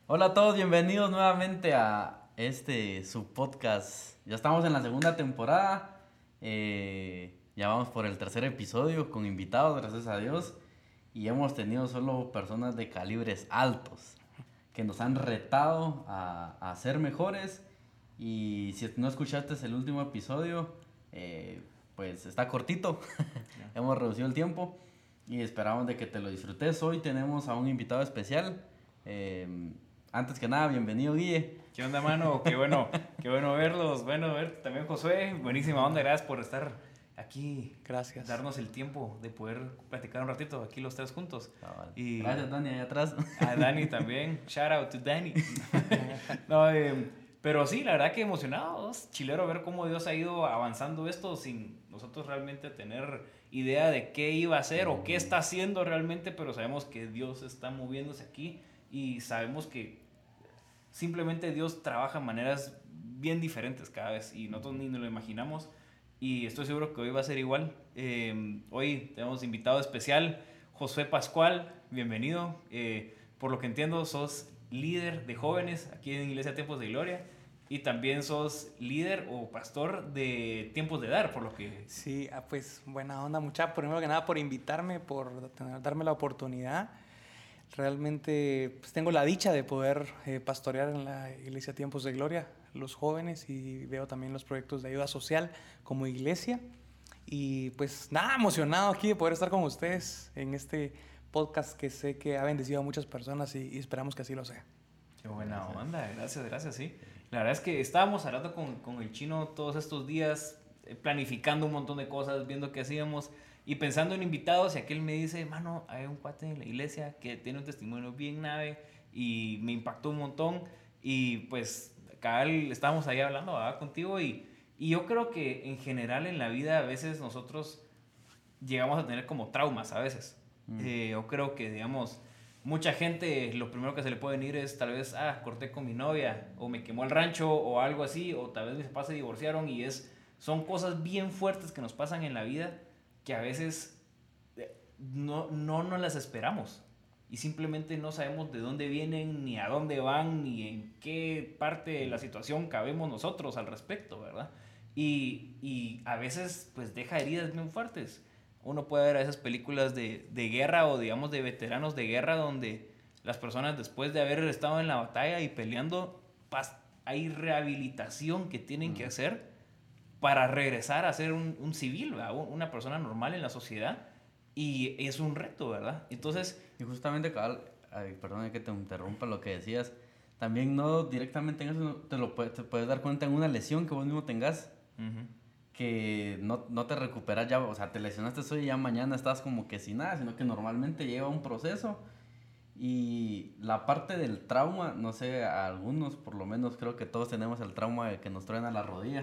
Hola a todos, bienvenidos nuevamente a su podcast. Ya estamos en la segunda temporada. Ya vamos por el tercer episodio con invitados, gracias a Dios. Y hemos tenido solo personas de calibres altos que nos han retado a ser mejores. Y si no escuchaste el último episodio, pues está cortito. Hemos reducido el tiempo y esperamos de que te lo disfrutes. Hoy tenemos a un invitado especial. Antes que nada, bienvenido, Guille. ¿Qué onda, mano? Qué bueno verlos. Bueno, verte también, Josué. Buenísima onda, gracias por estar aquí. Gracias. Darnos el tiempo de poder platicar un ratito aquí los tres juntos. Y gracias, Dani, allá atrás. A Dani también. Shout out to Dani. No, pero sí, la verdad que emocionados. Chilero ver cómo Dios ha ido avanzando esto sin nosotros realmente tener idea de qué iba a hacer o qué está haciendo realmente, pero sabemos que Dios está moviéndose aquí y sabemos que simplemente Dios trabaja de maneras bien diferentes cada vez y nosotros ni nos lo imaginamos y estoy seguro que hoy va a ser igual. Hoy tenemos invitado especial, Josué Pascual, bienvenido. Por lo que entiendo, sos líder de jóvenes aquí en Iglesia Tiempos de Gloria y también sos líder o pastor de Tiempos de Dar, por lo que... Sí, pues buena onda, mucha. Primero que nada por invitarme, por darme la oportunidad. Realmente pues, tengo la dicha de poder pastorear en la Iglesia Tiempos de Gloria los jóvenes y veo también los proyectos de ayuda social como iglesia. Y pues nada, emocionado aquí de poder estar con ustedes en este podcast que sé que ha bendecido a muchas personas y esperamos que así lo sea. Qué buena onda, gracias, sí. La verdad es que estábamos hablando con el chino todos estos días, planificando un montón de cosas, viendo qué hacíamos y pensando en invitados. Y aquel me dice, mano, hay un cuate en la iglesia que tiene un testimonio bien nave y me impactó un montón. Y pues, cabal, estábamos ahí hablando contigo y yo creo que en general en la vida a veces nosotros llegamos a tener como traumas a veces. Yo creo que, digamos, mucha gente lo primero que se le puede venir es tal vez, corté con mi novia, o me quemó el rancho, o algo así, o tal vez mis papás se divorciaron, y son cosas bien fuertes que nos pasan en la vida que a veces no nos las esperamos. Y simplemente no sabemos de dónde vienen, ni a dónde van, ni en qué parte de la situación cabemos nosotros al respecto, ¿verdad? Y a veces pues deja heridas bien fuertes. Uno puede ver esas películas de guerra o digamos de veteranos de guerra donde las personas después de haber estado en la batalla y peleando, hay rehabilitación que tienen que hacer para regresar a ser un civil, ¿verdad? Una persona normal en la sociedad, y es un reto, ¿verdad? Entonces... Y justamente, cabal, perdón que te interrumpa lo que decías, también no directamente en eso te puedes dar cuenta en una lesión que vos mismo tengas, que no te recuperas ya, o sea, te lesionaste hoy y ya mañana estás como que sin nada, sino que normalmente lleva un proceso. Y la parte del trauma, no sé, a algunos, por lo menos creo que todos tenemos el trauma de que nos truena la rodilla.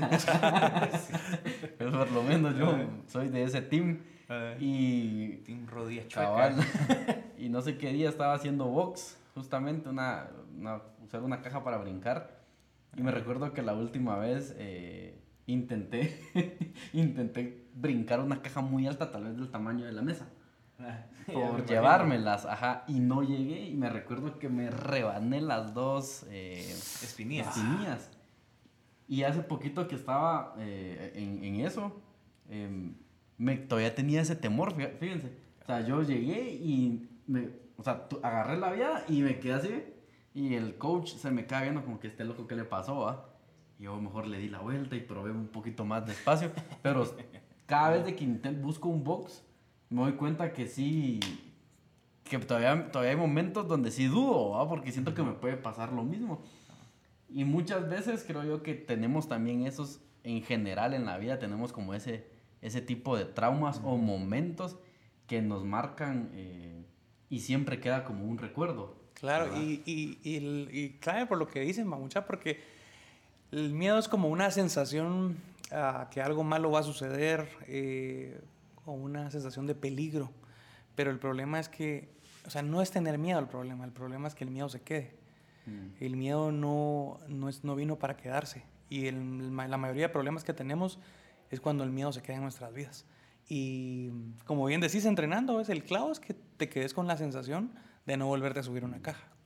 Pero por lo menos yo soy de ese team. Y team rodilla chueca. Y no sé qué día estaba haciendo box, justamente usar una caja para brincar. Y me recuerdo que la última vez intenté brincar una caja muy alta, tal vez del tamaño de la mesa. Por llevármelas, y no llegué, y me recuerdo que me rebané las dos espinillas. Y hace poquito que estaba en eso, todavía tenía ese temor, fíjense. O sea, yo llegué y agarré la vía y me quedé así, y el coach se me queda viendo como que este loco, ¿qué le pasó? ¿Va? Y yo mejor le di la vuelta y probé un poquito más despacio, pero cada vez de que busco un box, me doy cuenta que sí, que todavía hay momentos donde sí dudo, ¿va? Porque siento que me puede pasar lo mismo. Y muchas veces creo yo que tenemos también esos, en general en la vida, tenemos como ese tipo de traumas o momentos que nos marcan y siempre queda como un recuerdo. Claro, y claro, por lo que dicen, mamucha, porque el miedo es como una sensación a que algo malo va a suceder, o una sensación de peligro. Pero el problema es que, o sea, no es tener miedo el problema es que el miedo se quede. El miedo no vino para quedarse. Y la mayoría de problemas que tenemos es cuando el miedo se queda en nuestras vidas. Y como bien decís, entrenando, el clavo es que te quedes con la sensación de no volverte a subir una caja.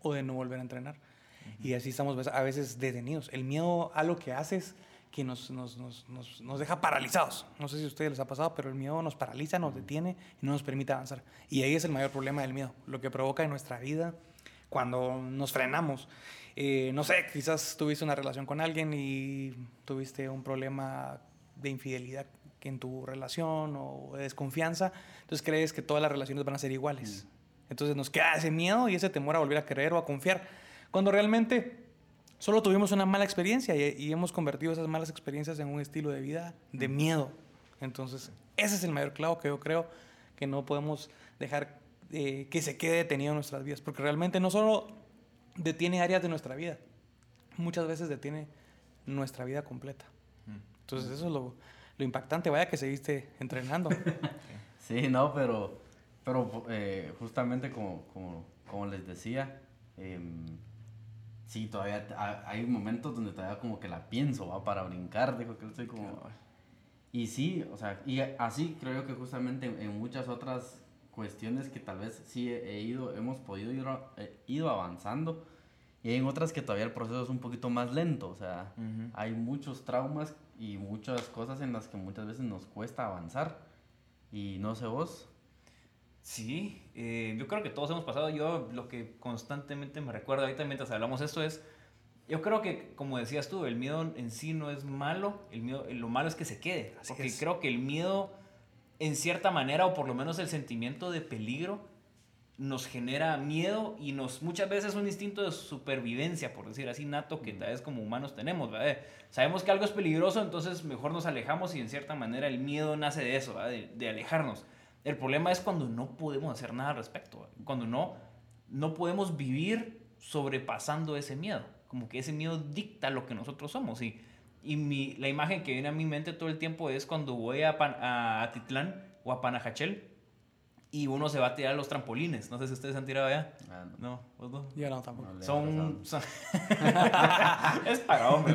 o de no volver a entrenar. Y así estamos a veces detenidos. El miedo a lo que hace es que nos deja paralizados. No sé si a ustedes les ha pasado, pero el miedo nos paraliza, nos detiene y no nos permite avanzar. Y ahí es el mayor problema del miedo, lo que provoca en nuestra vida cuando nos frenamos. No sé, quizás tuviste una relación con alguien y tuviste un problema de infidelidad en tu relación o de desconfianza, entonces crees que todas las relaciones van a ser iguales. Entonces nos queda ese miedo y ese temor a volver a creer o a confiar, cuando realmente solo tuvimos una mala experiencia y hemos convertido esas malas experiencias en un estilo de vida de miedo. Entonces ese es el mayor clavo que yo creo que no podemos dejar que se quede detenido en nuestras vidas, porque realmente no solo detiene áreas de nuestra vida, muchas veces detiene nuestra vida completa. Entonces eso es lo impactante. Vaya que seguiste entrenando. Sí, no, pero justamente como les decía, sí, todavía hay momentos donde todavía como que la pienso, ¿va? Para brincar, digo que estoy como... Y sí, o sea, y así creo yo que justamente en muchas otras cuestiones que tal vez sí hemos podido ir avanzando, y hay en otras que todavía el proceso es un poquito más lento, o sea, hay muchos traumas y muchas cosas en las que muchas veces nos cuesta avanzar, y no sé vos. Sí, yo creo que todos hemos pasado. Yo lo que constantemente me recuerdo ahorita mientras hablamos esto es, yo creo que, como decías tú, el miedo en sí no es malo, lo malo es que se quede. Así porque es. creo que el miedo, en cierta manera, o por lo menos el sentimiento de peligro, nos genera miedo y muchas veces un instinto de supervivencia, por decir así, nato, que tal vez como humanos tenemos, ¿verdad? Sabemos que algo es peligroso, entonces mejor nos alejamos y en cierta manera el miedo nace de eso, ¿verdad? De alejarnos. El problema es cuando no podemos hacer nada al respecto, ¿verdad? Cuando no podemos vivir sobrepasando ese miedo, como que ese miedo dicta lo que nosotros somos. Y la imagen que viene a mi mente todo el tiempo es cuando voy a Atitlán o a Panajachel y uno se va a tirar a los trampolines. No sé si ustedes han tirado allá. No, ¿vos no? Yo no, tampoco. No, Son... es para hombre,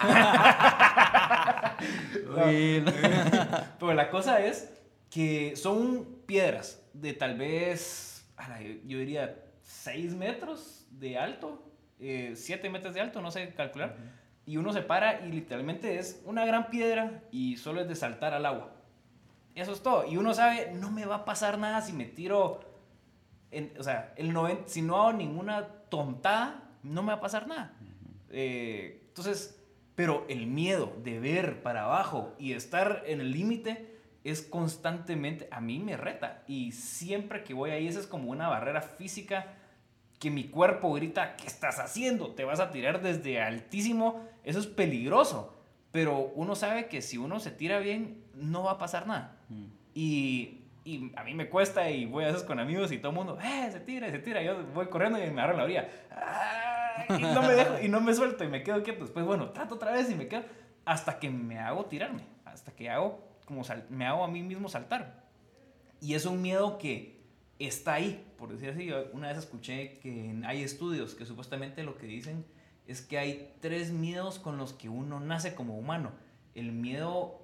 pero la cosa es que son piedras de tal vez, yo diría 6 metros de alto, 7 metros de alto, no sé calcular. Y uno se para y literalmente es una gran piedra y solo es de saltar al agua. Eso es todo. Y uno sabe, no me va a pasar nada si me tiro, o sea, si no hago ninguna tontada, no me va a pasar nada. Entonces, pero el miedo de ver para abajo y estar en el límite es constantemente, a mí me reta. Y siempre que voy ahí, esa es como una barrera física que mi cuerpo grita, ¿qué estás haciendo? Te vas a tirar desde altísimo, eso es peligroso. Pero uno sabe que si uno se tira bien, no va a pasar nada. Y a mí me cuesta y voy a veces con amigos y todo el mundo, se tira. Yo voy corriendo y me agarro en la orilla. Y no me dejo y no me suelto y me quedo quieto. Después, bueno, trato otra vez y me quedo hasta que me hago tirarme. Hasta que me hago a mí mismo saltar. Y es un miedo que está ahí, por decir así. Yo una vez escuché que hay estudios que supuestamente lo que dicen es que hay 3 miedos con los que uno nace como humano. El miedo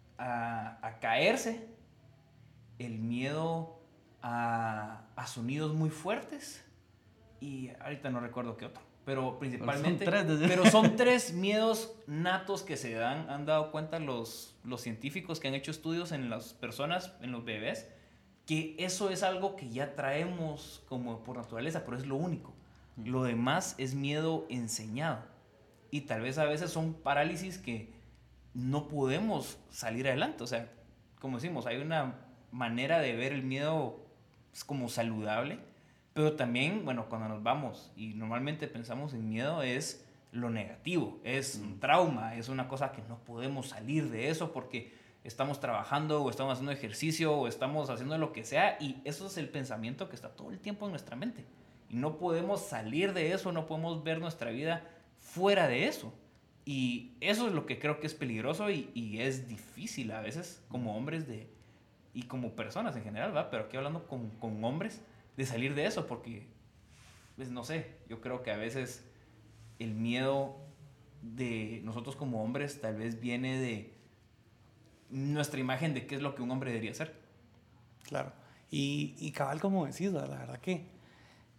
a caerse, el miedo a sonidos muy fuertes y ahorita no recuerdo qué otro, pero principalmente son 3 miedos natos que han dado cuenta los científicos que han hecho estudios en las personas, en los bebés, que eso es algo que ya traemos como por naturaleza, pero es lo único. Lo demás es miedo enseñado. Y tal vez a veces son parálisis que no podemos salir adelante. O sea, como decimos, hay una manera de ver el miedo como saludable. Pero también, bueno, cuando nos vamos y normalmente pensamos en miedo es lo negativo. Es un trauma, es una cosa que no podemos salir de eso porque estamos trabajando o estamos haciendo ejercicio o estamos haciendo lo que sea. Y eso es el pensamiento que está todo el tiempo en nuestra mente. Y no podemos salir de eso, no podemos ver nuestra vida fuera de eso. Y eso es lo que creo que es peligroso y es difícil a veces como hombres y como personas en general, ¿verdad? Pero aquí hablando con hombres, de salir de eso porque, pues no sé, yo creo que a veces el miedo de nosotros como hombres tal vez viene de nuestra imagen de qué es lo que un hombre debería ser. Claro. Y cabal, como decís, la verdad que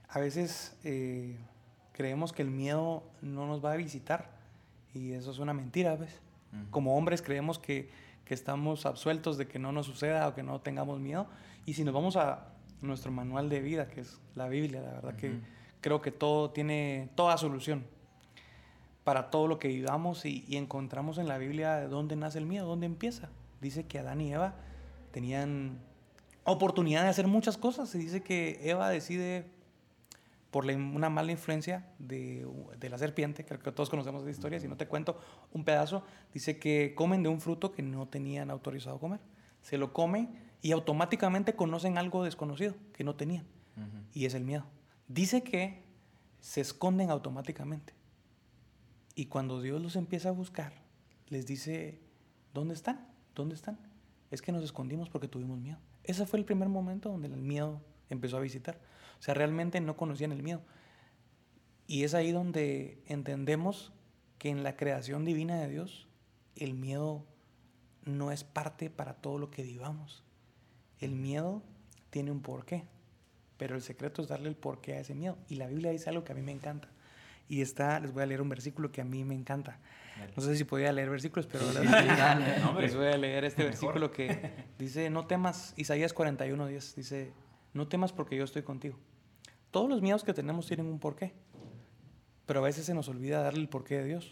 A veces creemos que el miedo no nos va a visitar y eso es una mentira, ¿ves? Como hombres creemos que estamos absueltos de que no nos suceda o que no tengamos miedo. Y si nos vamos a nuestro manual de vida, que es la Biblia, la verdad que creo que todo tiene toda solución para todo lo que vivamos y encontramos en la Biblia de dónde nace el miedo, dónde empieza. Dice que Adán y Eva tenían oportunidad de hacer muchas cosas y dice que Eva decide por una mala influencia de la serpiente, creo que todos conocemos esa historia, si no te cuento un pedazo, dice que comen de un fruto que no tenían autorizado comer. Se lo comen y automáticamente conocen algo desconocido que no tenían, y es el miedo. Dice que se esconden automáticamente. Y cuando Dios los empieza a buscar, les dice, ¿dónde están? ¿Dónde están? Es que nos escondimos porque tuvimos miedo. Ese fue el primer momento donde el miedo empezó a visitar. O sea, realmente no conocían el miedo. Y es ahí donde entendemos que en la creación divina de Dios, el miedo no es parte para todo lo que vivamos. El miedo tiene un porqué, pero el secreto es darle el porqué a ese miedo. Y la Biblia dice algo que a mí me encanta. Y les voy a leer un versículo que a mí me encanta. No sé si podía leer versículos, pero les voy a leer este versículo que dice, no temas, Isaías 41:10, dice, no temas porque yo estoy contigo. Todos los miedos que tenemos tienen un porqué, pero a veces se nos olvida darle el porqué de Dios.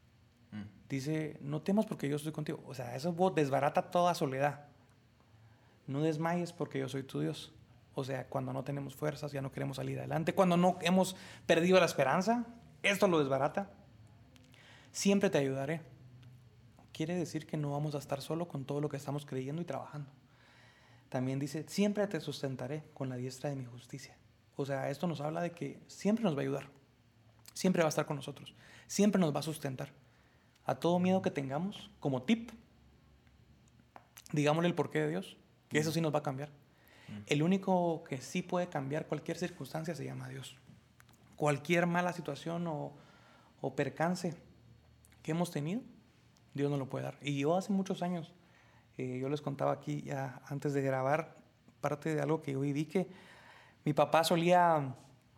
Dice, no temas porque yo estoy contigo. O sea, eso desbarata toda soledad. No desmayes porque yo soy tu Dios. O sea, cuando no tenemos fuerzas, ya no queremos salir adelante, cuando no hemos perdido la esperanza, esto lo desbarata. Siempre te ayudaré. Quiere decir que no vamos a estar solo con todo lo que estamos creyendo y trabajando. También dice, siempre te sustentaré con la diestra de mi justicia. O sea, esto nos habla de que siempre nos va a ayudar. Siempre va a estar con nosotros. Siempre nos va a sustentar. A todo miedo que tengamos, como tip, digámosle el porqué de Dios, que eso sí nos va a cambiar. El único que sí puede cambiar cualquier circunstancia se llama Dios. Cualquier mala situación o percance que hemos tenido, Dios nos lo puede dar. Y yo hace muchos años, yo les contaba aquí ya antes de grabar, parte de algo que yo viví, que mi papá solía,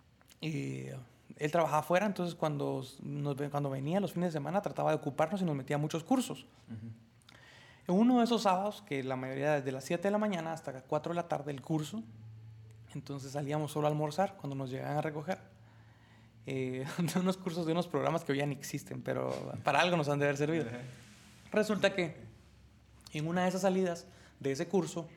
él trabajaba afuera, entonces cuando venía los fines de semana trataba de ocuparnos y nos metía a muchos cursos. En uno de esos sábados, que la mayoría desde las 7 de la mañana hasta las 4 de la tarde el curso, entonces salíamos solo a almorzar cuando nos llegaban a recoger. De unos cursos de unos programas que hoy ya ni existen, pero para algo nos han de haber servido. Resulta que en una de esas salidas de ese curso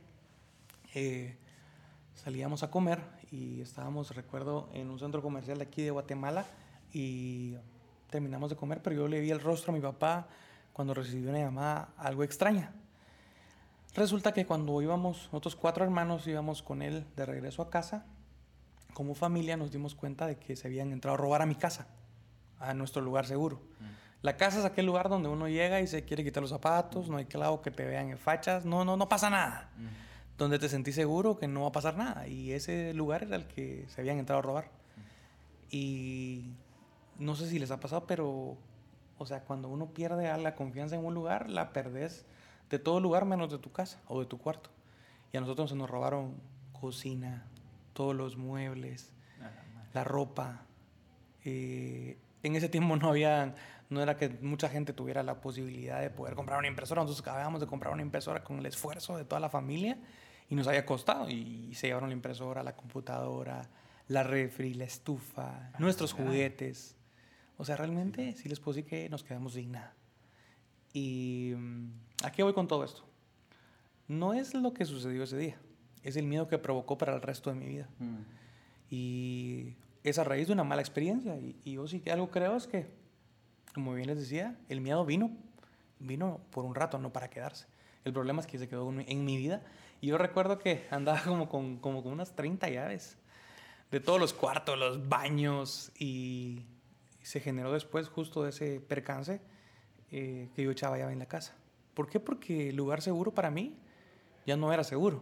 salíamos a comer y estábamos, recuerdo, en un centro comercial de aquí de Guatemala y terminamos de comer, pero yo le vi el rostro a mi papá cuando recibió una llamada algo extraña. Resulta que cuando íbamos, nosotros 4 hermanos íbamos con él de regreso a casa, como familia nos dimos cuenta de que se habían entrado a robar a mi casa, a nuestro lugar seguro. La casa es aquel lugar donde uno llega y se quiere quitar los zapatos, no hay clavo que te vean en fachas, no pasa nada. Donde te sentís seguro que no va a pasar nada. Y ese lugar era el que se habían entrado a robar. Y no sé si les ha pasado, pero, o sea, cuando uno pierde la confianza en un lugar, la perdés de todo lugar menos de tu casa o de tu cuarto. Y a nosotros se nos robaron cocina, todos los muebles, la ropa. En ese tiempo no era que mucha gente tuviera la posibilidad de poder comprar una impresora. Nosotros acabábamos de comprar una impresora con el esfuerzo de toda la familia y nos había costado. Y se llevaron la impresora, la computadora, la refri, la estufa, nuestros juguetes. O sea, realmente sí les puedo decir que nos quedamos sin nada. Y ¿a qué voy con todo esto? No es lo que sucedió ese día. Es el miedo que provocó para el resto de mi vida. Y es a raíz de una mala experiencia. Y yo sí que algo creo es que, como bien les decía, el miedo vino por un rato, no para quedarse. El problema es que se quedó en mi vida. Y yo recuerdo que andaba como con unas 30 llaves de todos los cuartos, los baños. Y se generó después justo de ese percance que yo echaba llave en la casa. ¿Por qué? Porque el lugar seguro para mí ya no era seguro.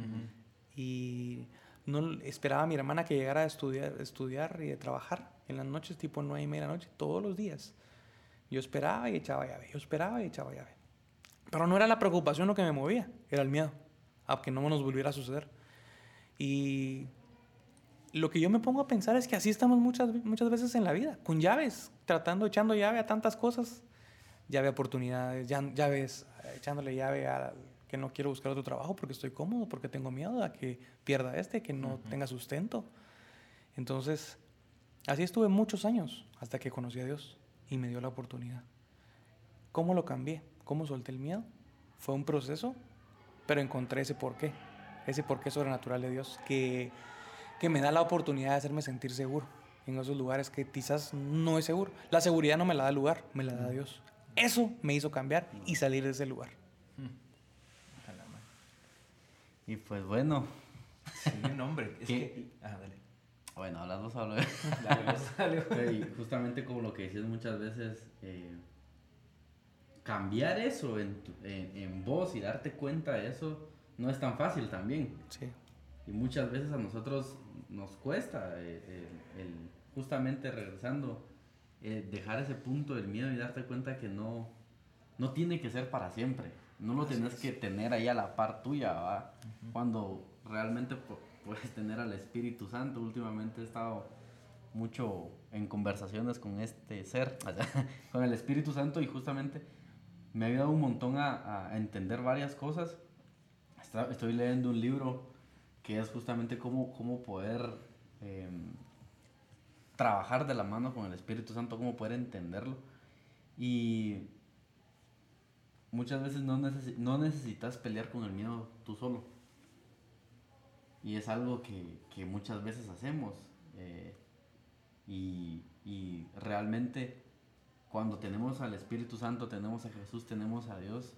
Y no esperaba a mi hermana que llegara a estudiar y a trabajar en las noches, tipo 9:30 de la noche, todos los días. Yo esperaba y echaba llave, Pero no era la preocupación lo que me movía, era el miedo a que no nos volviera a suceder. Y lo que yo me pongo a pensar es que así estamos muchas veces en la vida, con llaves, echando llave a tantas cosas, llave a oportunidades, llaves, echándole llave a que no quiero buscar otro trabajo porque estoy cómodo, porque tengo miedo a que pierda que no tenga sustento. Entonces, así estuve muchos años hasta que conocí a Dios y me dio la oportunidad. ¿Cómo lo cambié? ¿Cómo solté el miedo? Fue un proceso, pero encontré ese porqué sobrenatural de Dios que me da la oportunidad de hacerme sentir seguro en esos lugares que quizás no es seguro. La seguridad no me la da el lugar, me la da Dios. Eso me hizo cambiar y salir de ese lugar. Y pues bueno. Sí, no, hombre. Es que... dale. Bueno, hablando Dale. Y justamente como lo que decías muchas veces, cambiar eso en vos y darte cuenta de eso no es tan fácil también. Sí. Y muchas veces a nosotros nos cuesta justamente regresando, dejar ese punto del miedo y darte cuenta que no tiene que ser para siempre. No lo tienes que tener ahí a la par tuya, ¿va? Cuando realmente puedes tener al Espíritu Santo. Últimamente he estado mucho en conversaciones con este ser, con el Espíritu Santo, y justamente me ha ayudado un montón a entender varias cosas. Estoy leyendo un libro que es justamente cómo poder trabajar de la mano con el Espíritu Santo, cómo poder entenderlo. Y muchas veces no necesitas pelear con el miedo tú solo. Y es algo que muchas veces hacemos. Y realmente cuando tenemos al Espíritu Santo, tenemos a Jesús, tenemos a Dios,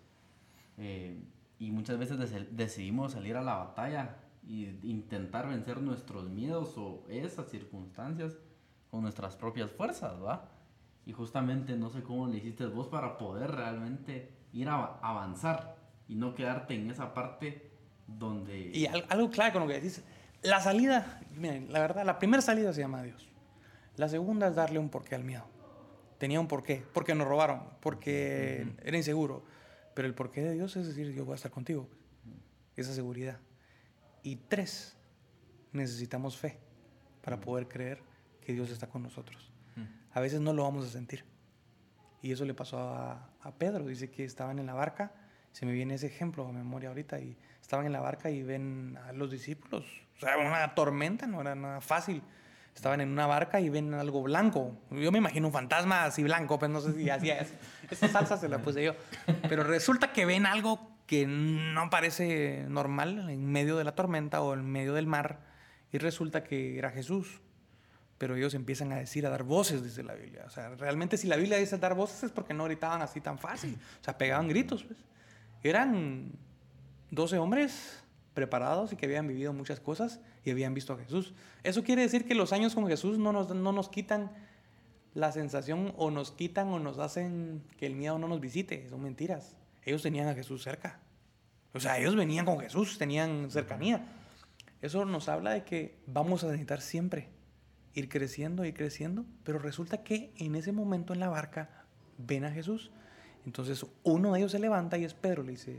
y muchas veces decidimos salir a la batalla y intentar vencer nuestros miedos o esas circunstancias con nuestras propias fuerzas, ¿va? Y justamente no sé cómo le hiciste vos para poder realmente ir a avanzar y no quedarte en esa parte donde... Y algo clave con lo que decís, la salida, miren, la verdad, la primera salida se llama Dios. La segunda es darle un porqué al miedo. Tenía un porqué, porque nos robaron, porque era inseguro. Pero el porqué de Dios es decir, yo voy a estar contigo. Esa seguridad. Y 3, necesitamos fe para poder creer que Dios está con nosotros. A veces no lo vamos a sentir. Y eso le pasó a Pedro. Dice que estaban en la barca. Se me viene ese ejemplo a memoria ahorita. Y estaban en la barca y ven a los discípulos. O sea, una tormenta, no era nada fácil. Estaban en una barca y ven algo blanco. Yo me imagino un fantasma así blanco, pero no sé si hacía eso. Esa salsa se la puse yo. Pero resulta que ven algo que no parece normal en medio de la tormenta o en medio del mar. Y resulta que era Jesús. Pero ellos empiezan a dar voces desde la Biblia. O sea, realmente si la Biblia dice dar voces es porque no gritaban así tan fácil. O sea, pegaban gritos, pues. Eran 12 hombres preparados y que habían vivido muchas cosas y habían visto a Jesús. Eso quiere decir que los años con Jesús no nos quitan la sensación o nos quitan o nos hacen que el miedo no nos visite. Son mentiras. Ellos tenían a Jesús cerca. O sea, ellos venían con Jesús, tenían cercanía. Eso nos habla de que vamos a necesitar siempre ir creciendo, pero resulta que en ese momento en la barca ven a Jesús. Entonces uno de ellos se levanta y es Pedro, le dice,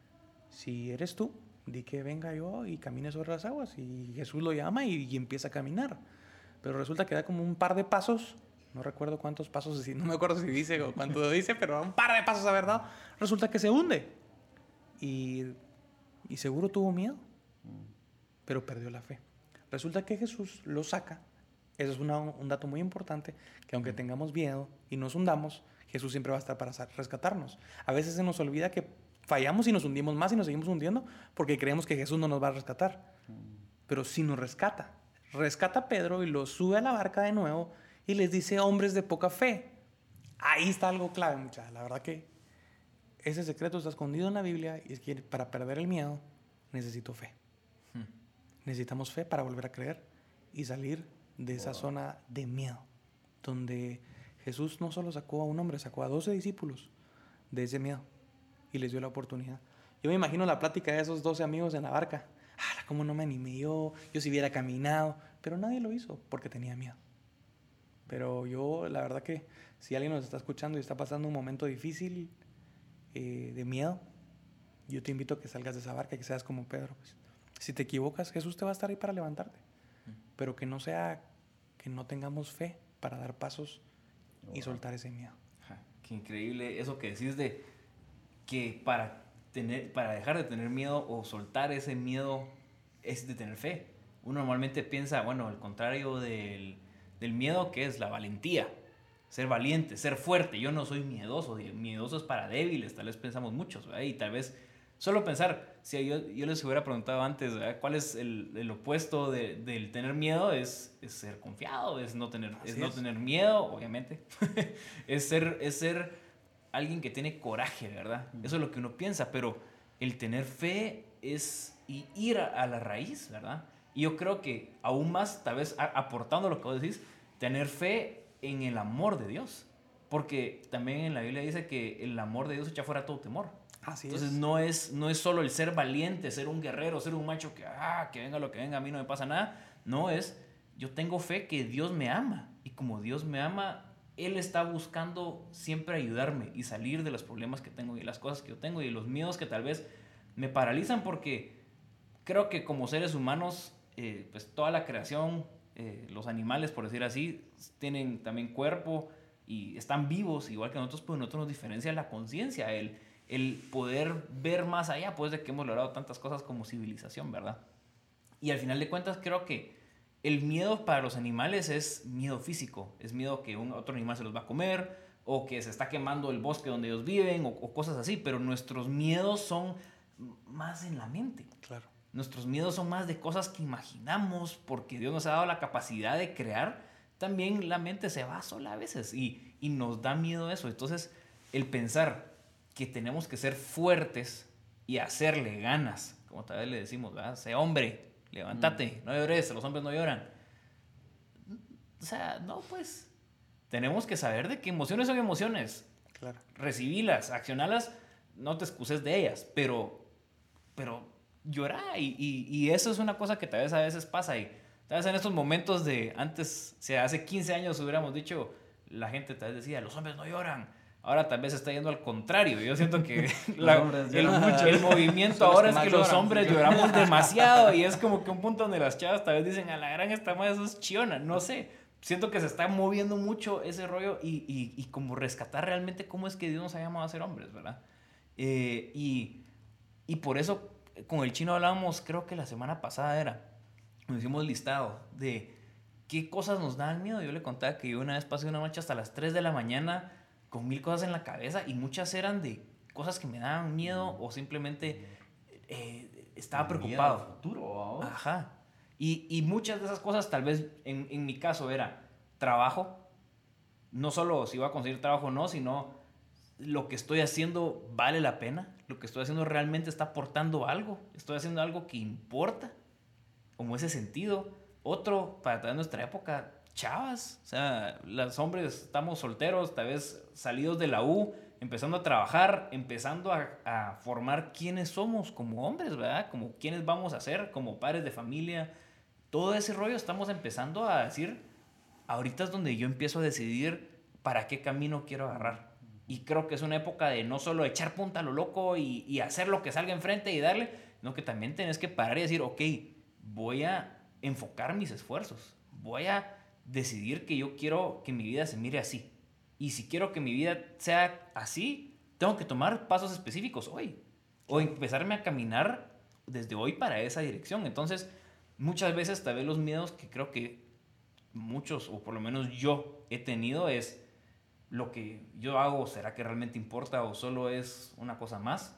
si eres tú, di que venga yo y camine sobre las aguas. Y Jesús lo llama y empieza a caminar. Pero resulta que da como un par de pasos, no recuerdo cuántos pasos, no me acuerdo si dice o cuánto dice, pero un par de pasos, la verdad, resulta que se hunde. Y seguro tuvo miedo, pero perdió la fe. Resulta que Jesús lo saca. Eso es un dato muy importante, que aunque tengamos miedo y nos hundamos, Jesús siempre va a estar para rescatarnos. A veces se nos olvida que fallamos y nos hundimos más y nos seguimos hundiendo porque creemos que Jesús no nos va a rescatar. Pero sí nos rescata. Rescata a Pedro y lo sube a la barca de nuevo y les dice, hombres de poca fe. Ahí está algo clave, muchachos. La verdad que ese secreto está escondido en la Biblia y es que para perder el miedo necesito fe. Necesitamos fe para volver a creer y salir de esa zona de miedo, donde Jesús no solo sacó a un hombre, sacó a 12 discípulos de ese miedo y les dio la oportunidad. Yo me imagino la plática de esos 12 amigos en la barca. ¿Cómo no me animé yo si hubiera caminado? Pero nadie lo hizo porque tenía miedo. Pero yo, la verdad que si alguien nos está escuchando y está pasando un momento difícil de miedo, yo te invito a que salgas de esa barca y que seas como Pedro. Pues. Si te equivocas, Jesús te va a estar ahí para levantarte. pero que no sea que no tengamos fe para dar pasos y soltar ese miedo. Ajá, qué increíble eso que decís de que para dejar de tener miedo o soltar ese miedo es de tener fe. Uno normalmente piensa, bueno, el contrario del miedo, que es la valentía. Ser valiente, ser fuerte. Yo no soy miedoso. Miedoso es para débiles, tal vez pensamos muchos, ¿verdad? Y tal vez solo pensar, si yo les hubiera preguntado antes, ¿verdad? ¿Cuál es el opuesto del tener miedo? Es ser confiado, es no tener miedo, obviamente. es ser alguien que tiene coraje, ¿verdad? Eso es lo que uno piensa, pero el tener fe es ir a la raíz, ¿verdad? Y yo creo que aún más, tal vez aportando lo que vos decís, tener fe en el amor de Dios. Porque también en la Biblia dice que el amor de Dios echa fuera todo temor. Así Entonces es. no es solo el ser valiente, ser un guerrero, ser un macho que venga lo que venga, a mí no me pasa nada. No es, yo tengo fe que Dios me ama. Y como Dios me ama, Él está buscando siempre ayudarme y salir de los problemas que tengo y las cosas que yo tengo y los miedos que tal vez me paralizan, porque creo que como seres humanos, pues toda la creación, los animales, por decir así, tienen también cuerpo y están vivos igual que nosotros, pues nosotros nos diferencia la conciencia, el poder ver más allá, pues de que hemos logrado tantas cosas como civilización, ¿verdad? Y al final de cuentas creo que el miedo para los animales es miedo físico, es miedo que otro animal se los va a comer o que se está quemando el bosque donde ellos viven o cosas así, pero nuestros miedos son más en la mente. Claro. Nuestros miedos son más de cosas que imaginamos porque Dios nos ha dado la capacidad de crear. También la mente se va sola a veces y nos da miedo eso. Entonces, el pensar que tenemos que ser fuertes y hacerle ganas, como tal vez le decimos, ¿verdad? Sé hombre, levántate, no llores, los hombres no lloran. O sea, no, pues tenemos que saber de que emociones son emociones. Claro. Recibílas, accionalas, no te excuses de ellas, pero llorar y eso es una cosa que tal vez a veces pasa y tal vez en estos momentos de antes, o sea, hace 15 años hubiéramos dicho, la gente tal vez decía, los hombres no lloran, ahora tal vez está yendo al contrario. Yo siento que el movimiento ahora es que los hombres lloramos demasiado y es como que un punto donde las chavas tal vez dicen, a la gran esta madre eso es chiona, no sé, siento que se está moviendo mucho ese rollo y como rescatar realmente cómo es que Dios nos ha llamado a ser hombres, ¿verdad? Y por eso con el chino hablábamos, creo que la semana pasada nos hicimos listado de qué cosas nos dan miedo. Yo le contaba que yo una vez pasé una noche hasta las 3 de la mañana con 1000 cosas en la cabeza y muchas eran de cosas que me daban miedo o simplemente estaba preocupado. Miedo al futuro, ajá. Y muchas de esas cosas tal vez en mi caso era trabajo, no solo si iba a conseguir trabajo o no, sino lo que estoy haciendo vale la pena, lo que estoy haciendo realmente está aportando algo, estoy haciendo algo que importa, como ese sentido. Otro, para traer nuestra época, chavas, o sea, los hombres estamos solteros, tal vez salidos de la U, empezando a trabajar, empezando a formar quiénes somos como hombres, ¿verdad? Como quiénes vamos a ser, como padres de familia, todo ese rollo estamos empezando a decir, ahorita es donde yo empiezo a decidir para qué camino quiero agarrar. Y creo que es una época de no solo echar punta a lo loco y hacer lo que salga enfrente y darle, sino que también tenés que parar y decir, ok, voy a enfocar mis esfuerzos, voy a decidir que yo quiero que mi vida se mire así. Y si quiero que mi vida sea así, tengo que tomar pasos específicos hoy. O empezarme a caminar desde hoy para esa dirección. Entonces, muchas veces tal vez los miedos que creo que muchos, o por lo menos yo he tenido es, lo que yo hago, ¿será que realmente importa o solo es una cosa más?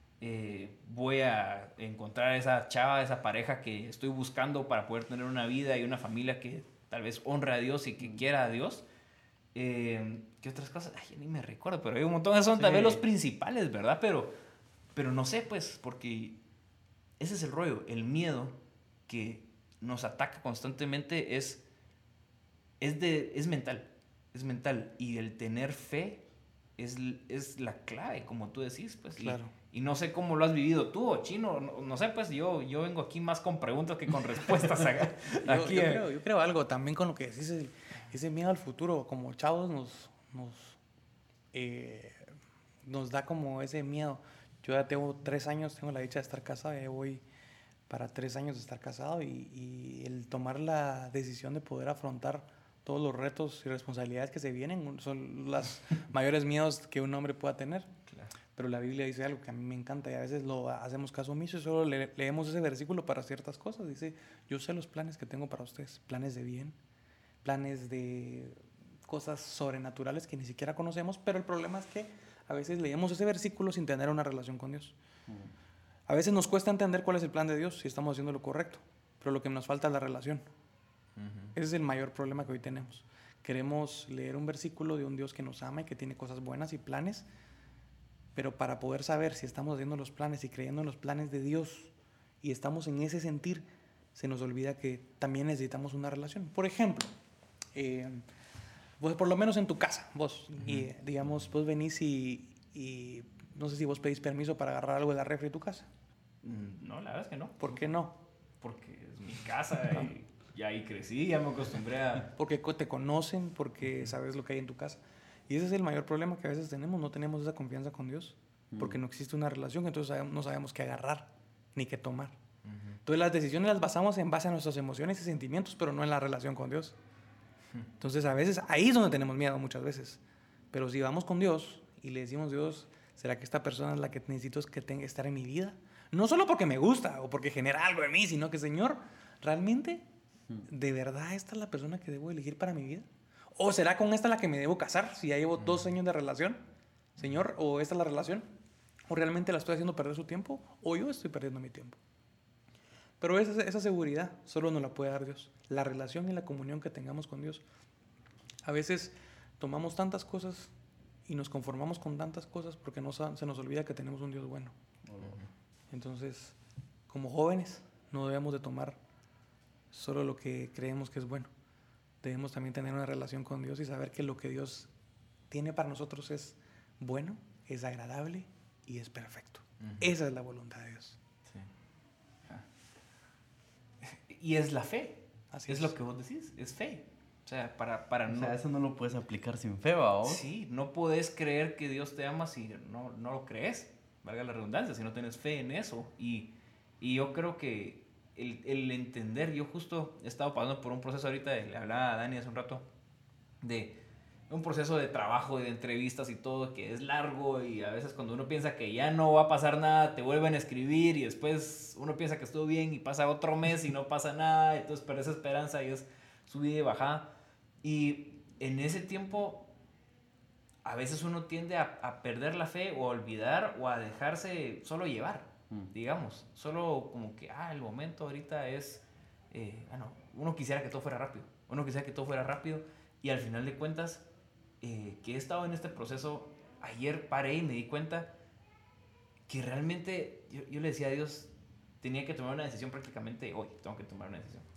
Voy a encontrar esa chava, esa pareja que estoy buscando para poder tener una vida y una familia que tal vez honre a Dios y que quiera a Dios. ¿Qué otras cosas? Ay, ya ni me recuerdo, pero hay un montón de son tal vez los principales, ¿verdad? Pero no sé, pues, porque ese es el rollo. El miedo que nos ataca constantemente es mental. Es mental. Y el tener fe es la clave, como tú decís, pues. Claro. Y no sé cómo lo has vivido tú o Chino. No sé, pues yo vengo aquí más con preguntas que con respuestas. Yo creo algo también con lo que decís, ese miedo al futuro. Como chavos nos da como ese miedo. Yo ya tengo 3 años, tengo la dicha de estar casado, ya voy para 3 años de estar casado y el tomar la decisión de poder afrontar todos los retos y responsabilidades que se vienen son los mayores miedos que un hombre pueda tener. Claro. Pero la Biblia dice algo que a mí me encanta y a veces lo hacemos caso omiso y solo leemos ese versículo para ciertas cosas. Dice, yo sé los planes que tengo para ustedes, planes de bien, planes de cosas sobrenaturales que ni siquiera conocemos, pero el problema es que a veces leemos ese versículo sin tener una relación con Dios. A veces nos cuesta entender cuál es el plan de Dios si estamos haciendo lo correcto, pero lo que nos falta es la relación. Ese es el mayor problema que hoy tenemos. Queremos leer un versículo de un Dios que nos ama y que tiene cosas buenas y planes, pero para poder saber si estamos haciendo los planes y creyendo en los planes de Dios y estamos en ese sentir, se nos olvida que también necesitamos una relación. Por ejemplo, pues por lo menos en tu casa, vos, y digamos, vos venís y no sé si vos pedís permiso para agarrar algo de la refri de tu casa. No, la verdad es que no. ¿Por qué no? Porque es mi casa y ahí crecí, ya me acostumbré a... Porque te conocen, porque sabes lo que hay en tu casa. Y ese es el mayor problema que a veces tenemos, no tenemos esa confianza con Dios, porque no existe una relación, entonces no sabemos qué agarrar ni qué tomar. Entonces las decisiones las basamos en base a nuestras emociones y sentimientos, pero no en la relación con Dios. Entonces a veces ahí es donde tenemos miedo muchas veces. Pero si vamos con Dios y le decimos, Dios, ¿será que esta persona es la que necesito que tenga que estar en mi vida? No solo porque me gusta o porque genera algo en mí, sino que, Señor, ¿realmente de verdad esta es la persona que debo elegir para mi vida? ¿O será con esta la que me debo casar si ya llevo 2 años de relación? Señor, ¿o esta es la relación? ¿O realmente la estoy haciendo perder su tiempo? ¿O yo estoy perdiendo mi tiempo? Pero esa seguridad solo nos la puede dar Dios. La relación y la comunión que tengamos con Dios. A veces tomamos tantas cosas y nos conformamos con tantas cosas porque se nos olvida que tenemos un Dios bueno. Entonces, como jóvenes, no debemos de tomar solo lo que creemos que es bueno. Debemos también tener una relación con Dios y saber que lo que Dios tiene para nosotros es bueno, es agradable y es perfecto. Esa es la voluntad de Dios. Y es la fe. Así es lo que vos decís, es fe. O sea, para no... O sea, eso no lo puedes aplicar sin fe, ¿va vos? Sí, no puedes creer que Dios te ama si no lo crees, valga la redundancia, si no tienes fe en eso. Y yo creo que el entender, yo justo he estado pasando por un proceso ahorita, le hablaba a Dani hace un rato, de un proceso de trabajo, de entrevistas y todo, que es largo y a veces cuando uno piensa que ya no va a pasar nada, te vuelven a escribir y después uno piensa que estuvo bien y pasa otro mes y no pasa nada, entonces pierdes esperanza y es subida y bajada. Y en ese tiempo a veces uno tiende a perder la fe o a olvidar o a dejarse solo llevar, digamos, solo como que, el momento ahorita es, uno quisiera que todo fuera rápido, y al final de cuentas, que he estado en este proceso, ayer paré y me di cuenta que realmente yo le decía a Dios, tenía que tomar una decisión prácticamente hoy, tengo que tomar una decisión.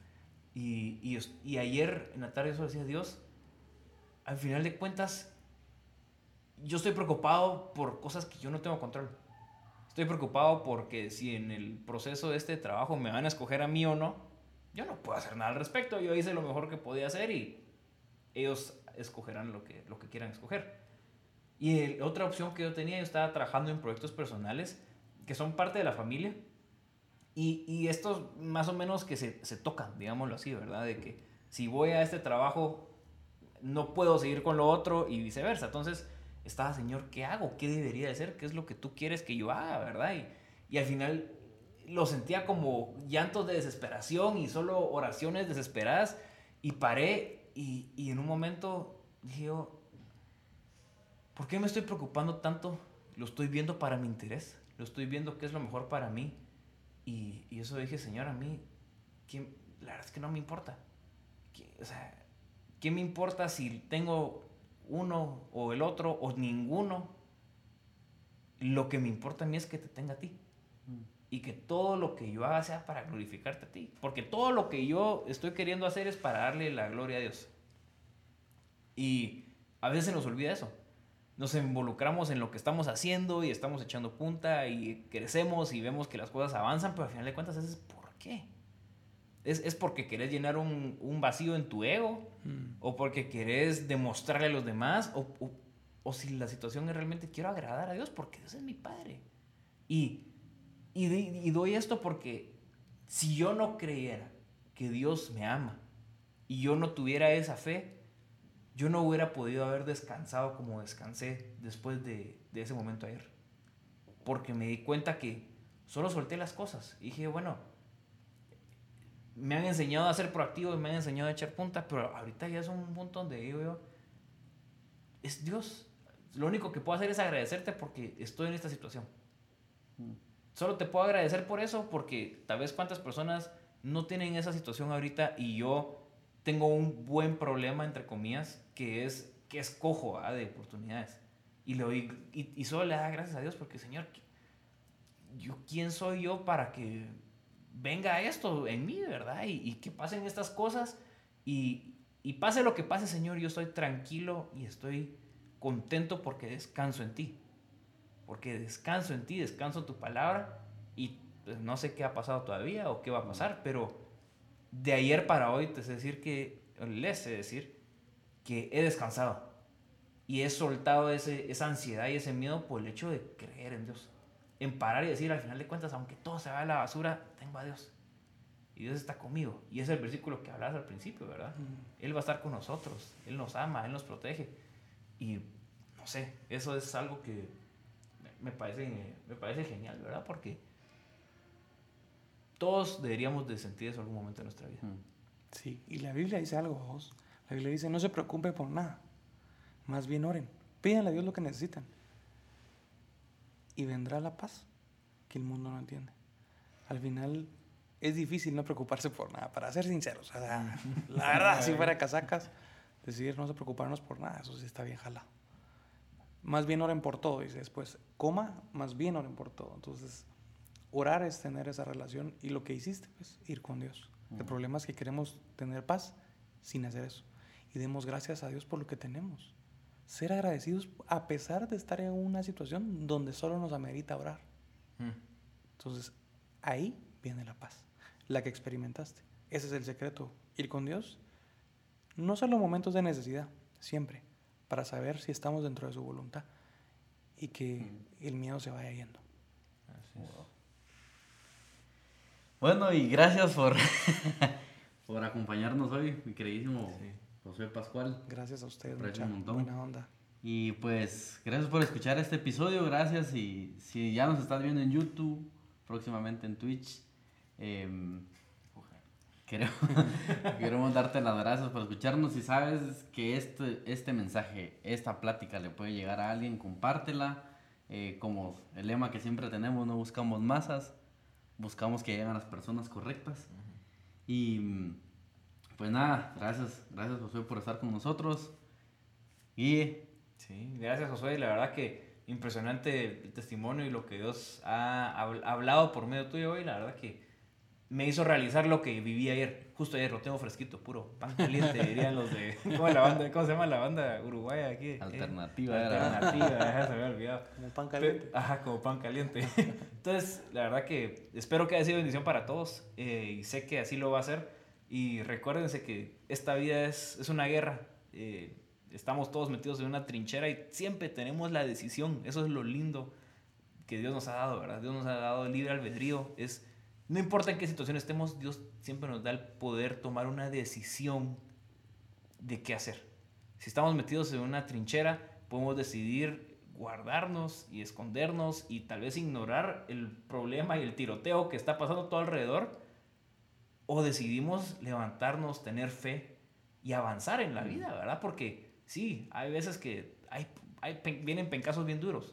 Y ayer en la tarde yo decía, Dios, al final de cuentas, yo estoy preocupado por cosas que yo no tengo control. Estoy preocupado porque si en el proceso de este trabajo me van a escoger a mí o no, yo no puedo hacer nada al respecto. Yo hice lo mejor que podía hacer y ellos escogerán lo que quieran escoger. Y otra opción que yo tenía, yo estaba trabajando en proyectos personales que son parte de la familia. Y estos más o menos que se tocan, digámoslo así, ¿verdad? De que si voy a este trabajo, no puedo seguir con lo otro y viceversa. Entonces, estaba, Señor, ¿qué hago? ¿Qué debería de ser? ¿Qué es lo que tú quieres que yo haga, verdad? Y al final lo sentía como llantos de desesperación y solo oraciones desesperadas. Y paré y en un momento dije yo, ¿por qué me estoy preocupando tanto? Lo estoy viendo para mi interés. Lo estoy viendo qué es lo mejor para mí. Y eso dije, Señor, a mí, la verdad es que no me importa. ¿Qué me importa si tengo uno o el otro o ninguno? Lo que me importa a mí es que te tenga a ti. Y que todo lo que yo haga sea para glorificarte a ti. Porque todo lo que yo estoy queriendo hacer es para darle la gloria a Dios. Y a veces se nos olvida eso. Nos involucramos en lo que estamos haciendo y estamos echando punta y crecemos y vemos que las cosas avanzan, pero al final de cuentas es ¿por qué? ¿Es porque querés llenar un vacío en tu ego? ¿O porque querés demostrarle a los demás? ¿O si la situación es realmente quiero agradar a Dios porque Dios es mi Padre? Y doy esto porque Si yo no creyera que Dios me ama y yo no tuviera esa fe, yo no hubiera podido haber descansado como descansé después de ese momento ayer. Porque me di cuenta que solo solté las cosas. Y dije, bueno, me han enseñado a ser proactivo y me han enseñado a echar punta, pero ahorita ya es un punto donde digo yo, es Dios. Lo único que puedo hacer es agradecerte porque estoy en esta situación. Solo te puedo agradecer por eso, porque tal vez cuántas personas no tienen esa situación ahorita y yo tengo un buen problema, entre comillas, que es cojo de oportunidades. Y, y solo le da gracias a Dios porque, Señor, ¿quién soy yo para que venga esto en mí, verdad? Y que pasen estas cosas y pase lo que pase, Señor, yo estoy tranquilo y estoy contento porque descanso en ti. Porque descanso en ti, descanso en tu palabra y pues, no sé qué ha pasado todavía o qué va a pasar, pero de ayer para hoy te sé decir les sé decir que he descansado y he soltado esa ansiedad y ese miedo por el hecho de creer en Dios. En parar y decir, al final de cuentas, aunque todo se vaya a la basura, tengo a Dios. Y Dios está conmigo. Y ese es el versículo que hablabas al principio, ¿verdad? Él va a estar con nosotros. Él nos ama, Él nos protege. Y no sé, eso es algo que me parece genial, ¿verdad? Porque todos deberíamos de sentir eso en algún momento de nuestra vida. Sí, y la Biblia dice algo, vos. La Biblia dice, no se preocupen por nada. Más bien oren. Pídanle a Dios lo que necesitan. Y vendrá la paz que el mundo no entiende. Al final es difícil no preocuparse por nada, para ser sinceros. O sea, la verdad, si fuera casacas, decidir no se preocuparnos por nada, eso sí está bien jalado. Más bien oren por todo, dice después. Más bien oren por todo. Entonces, orar es tener esa relación y lo que hiciste, pues, ir con Dios. El problema es que queremos tener paz sin hacer eso. Y demos gracias a Dios por lo que tenemos. Ser agradecidos a pesar de estar en una situación donde solo nos amerita orar. Entonces, ahí viene la paz, la que experimentaste. Ese es el secreto, ir con Dios, no solo en momentos de necesidad, siempre, para saber si estamos dentro de su voluntad y que el miedo se vaya yendo. Así es. Bueno, y gracias por, por acompañarnos hoy, mi queridísimo José Pascual. Gracias a ustedes, mucha buena onda. Y pues, gracias por escuchar este episodio, gracias. Y si ya nos estás viendo en YouTube, próximamente en Twitch, queremos darte las gracias por escucharnos. Si sabes que este mensaje, esta plática le puede llegar a alguien, compártela. Como el lema que siempre tenemos, no buscamos masas, buscamos que lleguen a las personas correctas. Y pues nada, gracias Josué por estar con nosotros. Y sí, gracias Josué, la verdad que impresionante el testimonio y lo que Dios ha hablado por medio tuyo hoy, la verdad que me hizo realizar lo que viví ayer, justo ayer, lo tengo fresquito, puro pan caliente, dirían los de, ¿cómo se llama la banda uruguaya aquí? Alternativa, se me había olvidado. Como pan caliente. Como pan caliente. Entonces, la verdad que espero que haya sido bendición para todos, y sé que así lo va a ser, y recuérdense que esta vida es una guerra, estamos todos metidos en una trinchera y siempre tenemos la decisión, eso es lo lindo que Dios nos ha dado, ¿verdad? Dios nos ha dado libre albedrío, no importa en qué situación estemos, Dios siempre nos da el poder tomar una decisión de qué hacer. Si estamos metidos en una trinchera, podemos decidir guardarnos y escondernos y tal vez ignorar el problema y el tiroteo que está pasando a todo alrededor, o decidimos levantarnos, tener fe y avanzar en la vida, ¿verdad? Porque sí, hay veces que vienen pencazos bien duros,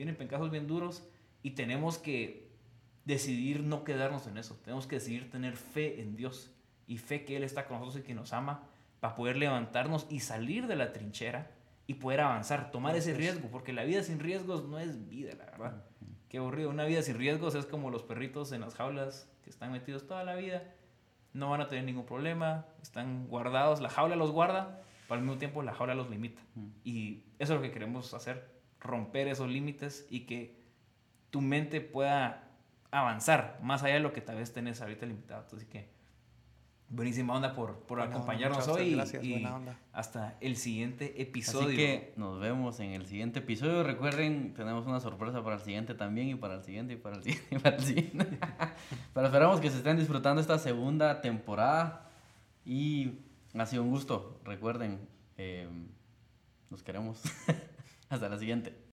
y tenemos que decidir no quedarnos en eso. Tenemos que decidir tener fe en Dios y fe que Él está con nosotros y que nos ama para poder levantarnos y salir de la trinchera y poder avanzar, tomar ese riesgo, porque la vida sin riesgos no es vida, la verdad. Qué aburrido. Una vida sin riesgos es como los perritos en las jaulas que están metidos toda la vida, no van a tener ningún problema, están guardados, la jaula los guarda, pero al mismo tiempo la jaula los limita. Y eso es lo que queremos hacer, romper esos límites y que tu mente pueda avanzar más allá de lo que tal vez tenés ahorita limitado. Así que Buenísima onda por Buena acompañarnos onda, muchas hoy. gracias, y buena onda. hasta el siguiente episodio. Así que nos vemos en el siguiente episodio. Recuerden, tenemos una sorpresa para el siguiente también, y para el siguiente, y para el siguiente, y para el siguiente. Pero esperamos que se estén disfrutando esta segunda temporada. Y ha sido un gusto. Recuerden, nos queremos. Hasta la siguiente.